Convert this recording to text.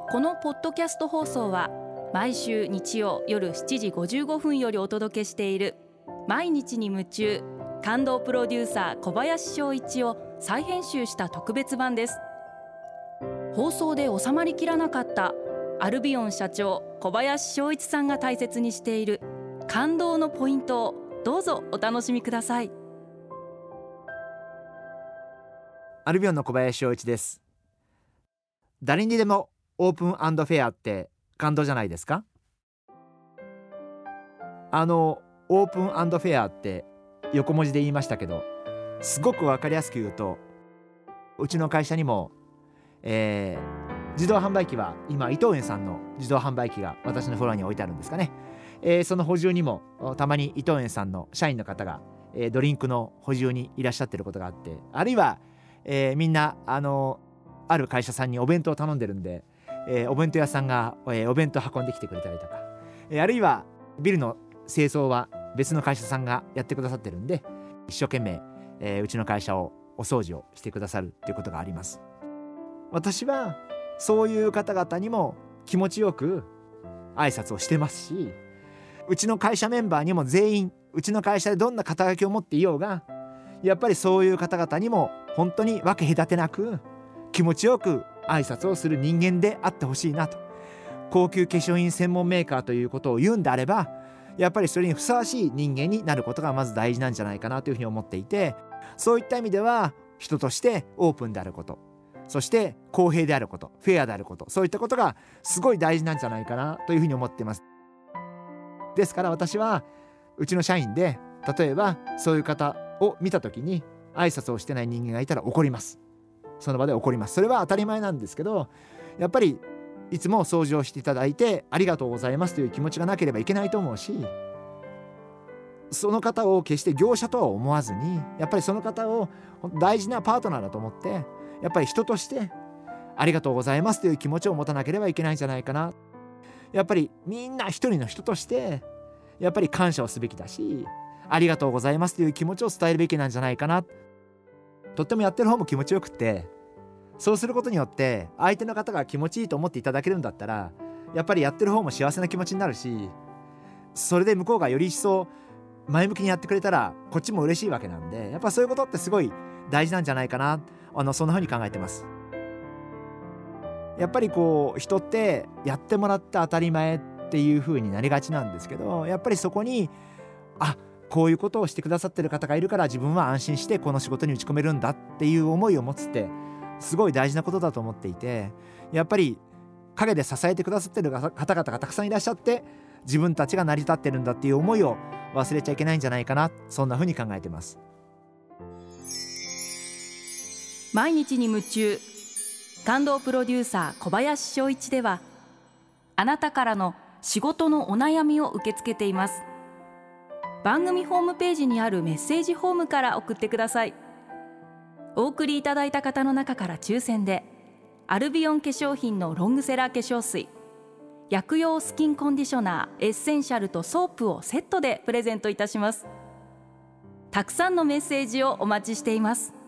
このポッドキャスト放送は毎週日曜夜7時55分よりお届けしている毎日に夢中感動プロデューサー小林翔一を再編集した特別版です。放送で収まりきらなかったアルビオン社長小林翔一さんが大切にしている感動のポイントをどうぞお楽しみください。 アルビオンの小林翔一です。誰にでもオープン&フェアって感動じゃないですか。オープン&フェアって横文字で言いましたけど、すごく分かりやすく言うと、うちの会社にも、自動販売機は今伊藤園さんの自動販売機が私のフロアに置いてあるんですかね。その補充にもたまに伊藤園さんの社員の方が、ドリンクの補充にいらっしゃってることがあって、あるいは、みんなある会社さんにお弁当を頼んでるんで、お弁当屋さんが、お弁当運んできてくれたりとか、あるいはビルの清掃は別の会社さんがやってくださってるんで、一生懸命、うちの会社をお掃除をしてくださるっていうことがあります。私はそういう方々にも気持ちよく挨拶をしてますし、うちの会社メンバーにも全員うちの会社でどんな肩書きを持っていようが、やっぱりそういう方々にも本当に分け隔てなく気持ちよく挨拶をする人間であってほしいなと。高級化粧品専門メーカーということを言うんであれば、やっぱりそれにふさわしい人間になることがまず大事なんじゃないかなというふうに思っていて、そういった意味では人としてオープンであること、そして公平であること、フェアであること、そういったことがすごい大事なんじゃないかなというふうに思っています。ですから私はうちの社員で、例えばそういう方を見た時に挨拶をしてない人間がいたら怒ります。その場で怒ります。それは当たり前なんですけど、やっぱりいつも掃除をしていただいてありがとうございますという気持ちがなければいけないと思うし、その方を決して業者とは思わずに、やっぱりその方を大事なパートナーだと思って、やっぱり人としてありがとうございますという気持ちを持たなければいけないんじゃないかな。やっぱりみんな一人の人としてやっぱり感謝をすべきだし、ありがとうございますという気持ちを伝えるべきなんじゃないかな。とってもやってる方も気持ちよくって、そうすることによって相手の方が気持ちいいと思っていただけるんだったら、やっぱりやってる方も幸せな気持ちになるし、それで向こうがより一層前向きにやってくれたらこっちも嬉しいわけなんで、やっぱそういうことってすごい大事なんじゃないかな、そんな風に考えてます。やっぱりこう人ってやってもらって当たり前っていう風になりがちなんですけど、やっぱりそこにこういうことをしてくださってる方がいるから自分は安心してこの仕事に打ち込めるんだっていう思いを持つってすごい大事なことだと思っていて、やっぱり陰で支えてくださってる方々がたくさんいらっしゃって、自分たちが成り立ってるんだっていう思いを忘れちゃいけないんじゃないかな、そんな風に考えてます。 毎日に夢中感動プロデューサー小林翔一では、あなたからの仕事のお悩みを受け付けています。番組ホームページにあるメッセージフォームから送ってください。お送りいただいた方の中から抽選でアルビオン化粧品のロングセラー化粧水、薬用スキンコンディショナーエッセンシャルとソープをセットでプレゼントいたします。たくさんのメッセージをお待ちしています。